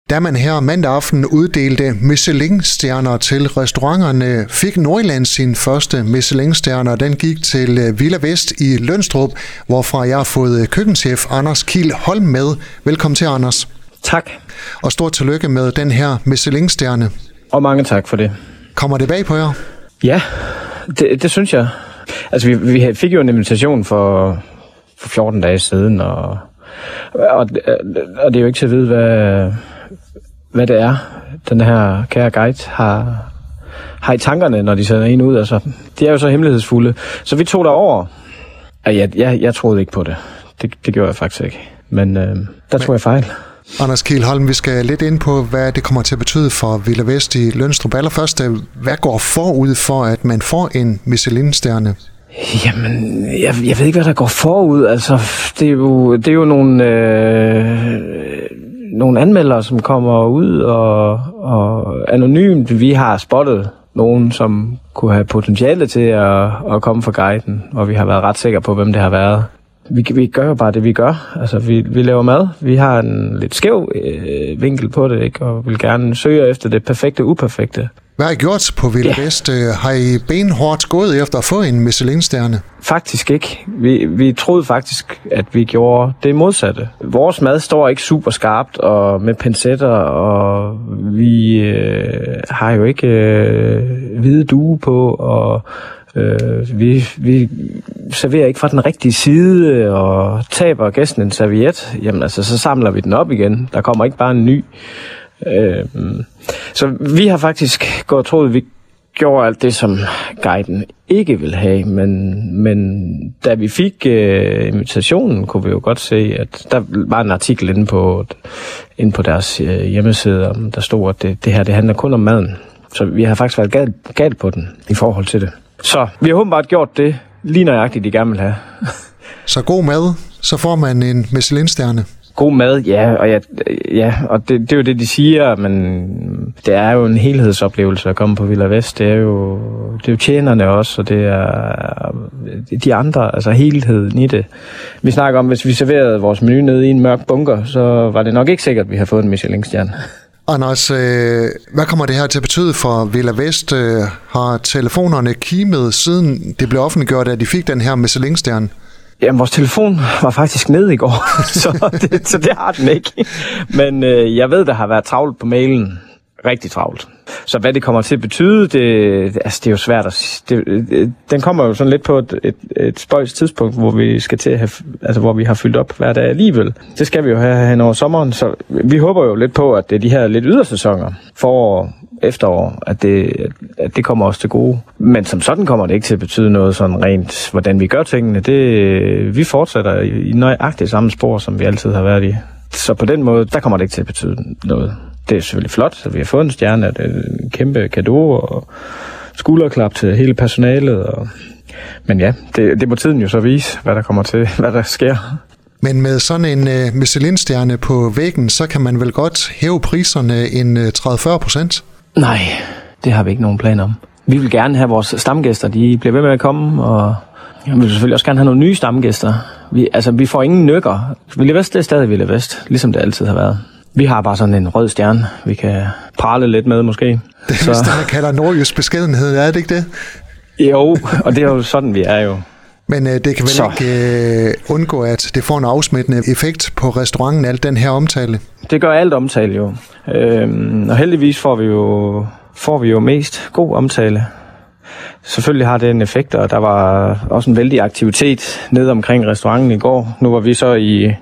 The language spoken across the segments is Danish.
Da man her mandag aften uddelte Michelin-stjerner til restauranterne, fik Nordjylland sin første Michelin-stjerne, og den gik til Villa Vest i Lønstrup, hvorfra jeg har fået køkkenchef Anders Kiel Holm med. Velkommen til, Anders. Tak. Og stort tillykke med den her Michelin-stjerne. Og mange tak for det. Kommer det bag på jer? Ja, det synes jeg. Altså, vi fik jo en invitation for 14 dage siden, og det er jo ikke til at vide, hvad det er, den her kære guide har i tankerne, når de sender en ud. Altså, de er jo så hemmelighedsfulde. Så vi tog derover, og jeg troede ikke på det. Det gjorde jeg faktisk ikke. Men der tog jeg fejl. Anders Kiel Holm, vi skal lidt ind på, hvad det kommer til at betyde for Villa Vest i Lønstrup. Allerførst, hvad går forud for, at man får en Michelin-stjerne? Jamen, jeg ved ikke, hvad der går forud. Altså, det er jo nogle anmeldere, som kommer ud og anonymt. Vi har spottet nogen, som kunne have potentiale til at komme fra guiden, og vi har været ret sikre på, hvem det har været. Vi gør jo bare det, vi gør. Altså, vi laver mad. Vi har en lidt skæv vinkel på det, ikke? Og vil gerne søge efter det perfekte, uperfekte. Hvad har I gjort på Villa Vest? Har I benhårdt gået efter at få en Michelin-stjerne? Faktisk ikke. Vi troede faktisk, at vi gjorde det modsatte. Vores mad står ikke super skarpt og med pincetter, og vi har jo ikke hvide due på, og vi serverer ikke fra den rigtige side, og taber gæsten en serviet, jamen altså, så samler vi den op igen. Der kommer ikke bare en ny. Så vi har faktisk gået og troet, at vi gjorde alt det, som guiden ikke vil have, men da vi fik invitationen, kunne vi jo godt se, at der var en artikel inde på deres hjemmeside, om der stod, at det her, det handler kun om maden. Så vi har faktisk været galt på den i forhold til det. Så vi har åbenbart gjort det lige nøjagtigt, de gerne vil have. Så god mad, så får man en Michelin-stjerne. God mad, ja, og det er jo det, de siger, men det er jo en helhedsoplevelse at komme på Villa Vest. Det er jo tjenerne også, og det er de andre, altså helheden i det. Vi snakker om, hvis vi serverede vores menu nede i en mørk bunker, så var det nok ikke sikkert, at vi har fået en Michelin-stjerne. Anders, hvad kommer det her til at betyde for Villa Vest? Har telefonerne kimet, siden det blev offentliggjort, at de fik den her Michelin-stjerne? Jamen, vores telefon var faktisk nede i går, så det har den ikke. Men jeg ved, der har været travlt på mailen. Rigtig travlt. Så hvad det kommer til at betyde, det er jo svært at sige. Den kommer jo sådan lidt på et spøjs tidspunkt, hvor vi skal til at have, altså hvor vi har fyldt op hver dag alligevel. Det skal vi jo have hen over sommeren, så vi håber jo lidt på, at det er de her lidt ydersæsoner, forår, efterår, at det kommer også til gode. Men som sådan kommer det ikke til at betyde noget sådan rent, hvordan vi gør tingene. Vi fortsætter i nøjagtigt samme spor, som vi altid har været i. Så på den måde, der kommer det ikke til at betyde noget. Det er selvfølgelig flot, at vi har fået en stjerne, det er en kæmpe cadeau, og skulderklap til hele personalet. Men ja, det må tiden jo så vise, hvad der kommer til, hvad der sker. Men med sådan en Michelin-stjerne på væggen, så kan man vel godt hæve priserne en 30-40%? Nej, det har vi ikke nogen plan om. Vi vil gerne have vores stamgæster, de bliver ved med at komme, og vi vil selvfølgelig også gerne have nogle nye stamgæster. Vi får ingen nykker. Villa Vest, det er stadig Villa Vest, ligesom det altid har været. Vi har bare sådan en rød stjerne, vi kan prale lidt med måske. Det er man kalder nordjysk beskedenhed, er det ikke det? Jo, og det er jo sådan, vi er jo. Men det kan vel ikke undgå, at det får en afsmittende effekt på restauranten, alt den her omtale? Det gør alt omtale jo. Og heldigvis får vi jo mest god omtale. Selvfølgelig har det en effekt, og der var også en vældig aktivitet nede omkring restauranten i går. Nu var vi så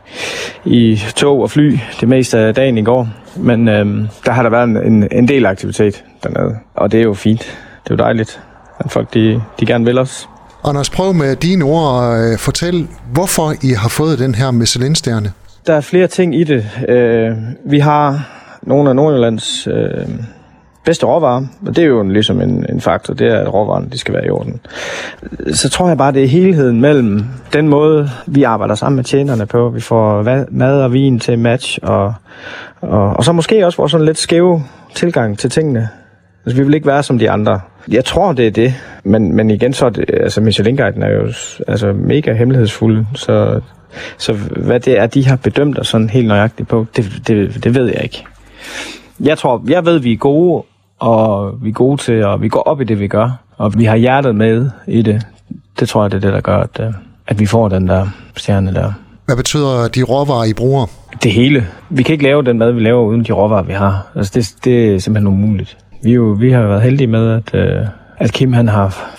i tog og fly det meste af dagen i går, men der har der været en del aktivitet dernede, og det er jo fint. Det er jo dejligt, at folk de gerne vil os. Anders, prøv med dine ord at fortælle, hvorfor I har fået den her Michelin-stjerne. Der er flere ting i det. Vi har nogle af Nordjyllands bedste råvarer, og det er jo ligesom en faktor, det er, at råvarerne de skal være i orden. Så tror jeg bare, det er helheden mellem den måde, vi arbejder sammen med tjenerne på. Vi får mad og vin til match, og så måske også vores sådan lidt skæve tilgang til tingene. Altså, vi vil ikke være som de andre. Jeg tror, det er det, men igen så er det, altså Michelin-guiden er jo altså mega hemmelighedsfuld, så hvad det er, de har bedømt os sådan helt nøjagtigt på, det ved jeg ikke. Jeg ved, vi er gode, og vi er gode til, og vi går op i det, vi gør. Og vi har hjertet med i det. Det tror jeg, det er det, der gør, at vi får den der stjerne der. Hvad betyder de råvarer, I bruger? Det hele. Vi kan ikke lave den mad, vi laver, uden de råvarer, vi har. Altså, det er simpelthen umuligt. Vi har været heldige med, at Kim han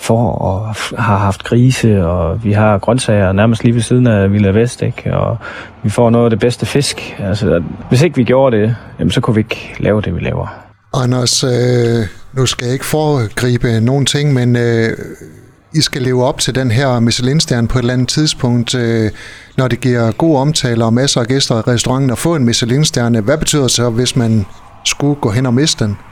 har haft grise, og vi har grøntsager nærmest lige ved siden af Villa Vest, ikke? Og vi får noget af det bedste fisk. Altså, hvis ikke vi gjorde det, jamen, så kunne vi ikke lave det, vi laver. Anders, nu skal jeg ikke foregribe nogen ting, men I skal leve op til den her Michelin-stjerne på et eller andet tidspunkt, når det giver god omtale og masser af gæster i restauranten at få en Michelin-stjerne. Hvad betyder det så, hvis man skulle gå hen og miste den?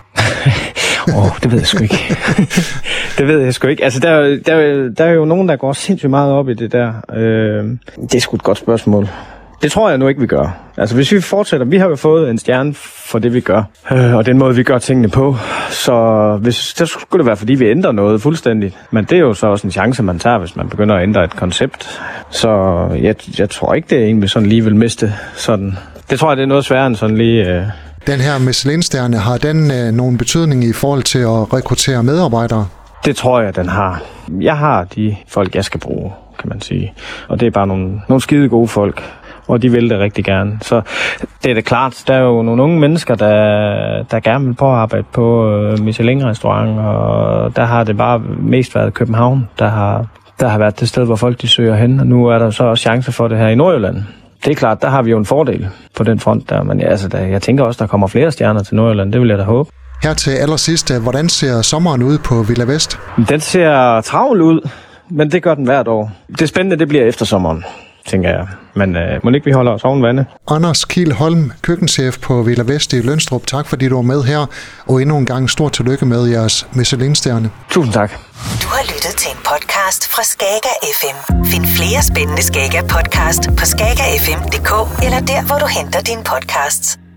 Det ved jeg sgu ikke. Det ved jeg sgu ikke. Altså, der er jo nogen, der går sindssygt meget op i det der. Det er sgu et godt spørgsmål. Det tror jeg nu ikke, vi gør. Altså, hvis vi fortsætter... Vi har jo fået en stjerne for det, vi gør. Og den måde, vi gør tingene på. Så det skulle det være, fordi vi ændrer noget fuldstændigt. Men det er jo så også en chance, man tager, hvis man begynder at ændre et koncept. Så jeg tror ikke, det er en, vi sådan lige vil miste. Sådan. Det tror jeg, det er noget sværere end sådan lige... Den her Michelin-stjerne, har den nogen betydning i forhold til at rekruttere medarbejdere? Det tror jeg, den har. Jeg har de folk, jeg skal bruge, kan man sige. Og det er bare nogle skide gode folk. Og de vil det rigtig gerne. Så det er da klart, der er jo nogle unge mennesker, der gerne vil på at arbejde på Michelin-restaurant, og der har det bare mest været København, der har været det sted, hvor folk de søger hen, og nu er der så også chance for det her i Nordjylland. Det er klart, der har vi jo en fordel på den front der, men jeg tænker også, der kommer flere stjerner til Nordjylland, det vil jeg da håbe. Her til allersidst, hvordan ser sommeren ud på Villa Vest? Den ser travl ud, men det gør den hvert år. Det spændende, det bliver efter sommeren, tænker jeg. Men må ikke vi holder os oven vande? Anders Kiel Holm, køkkenchef på Villa Vest i Lønstrup. Tak fordi du var med her, og endnu en gang stort tillykke med jeres Michelin-stjerne. Tusind tak. Du har lyttet til en podcast fra Skager FM. Find flere spændende Skager podcast på skagerfm.dk eller der, hvor du henter dine podcasts.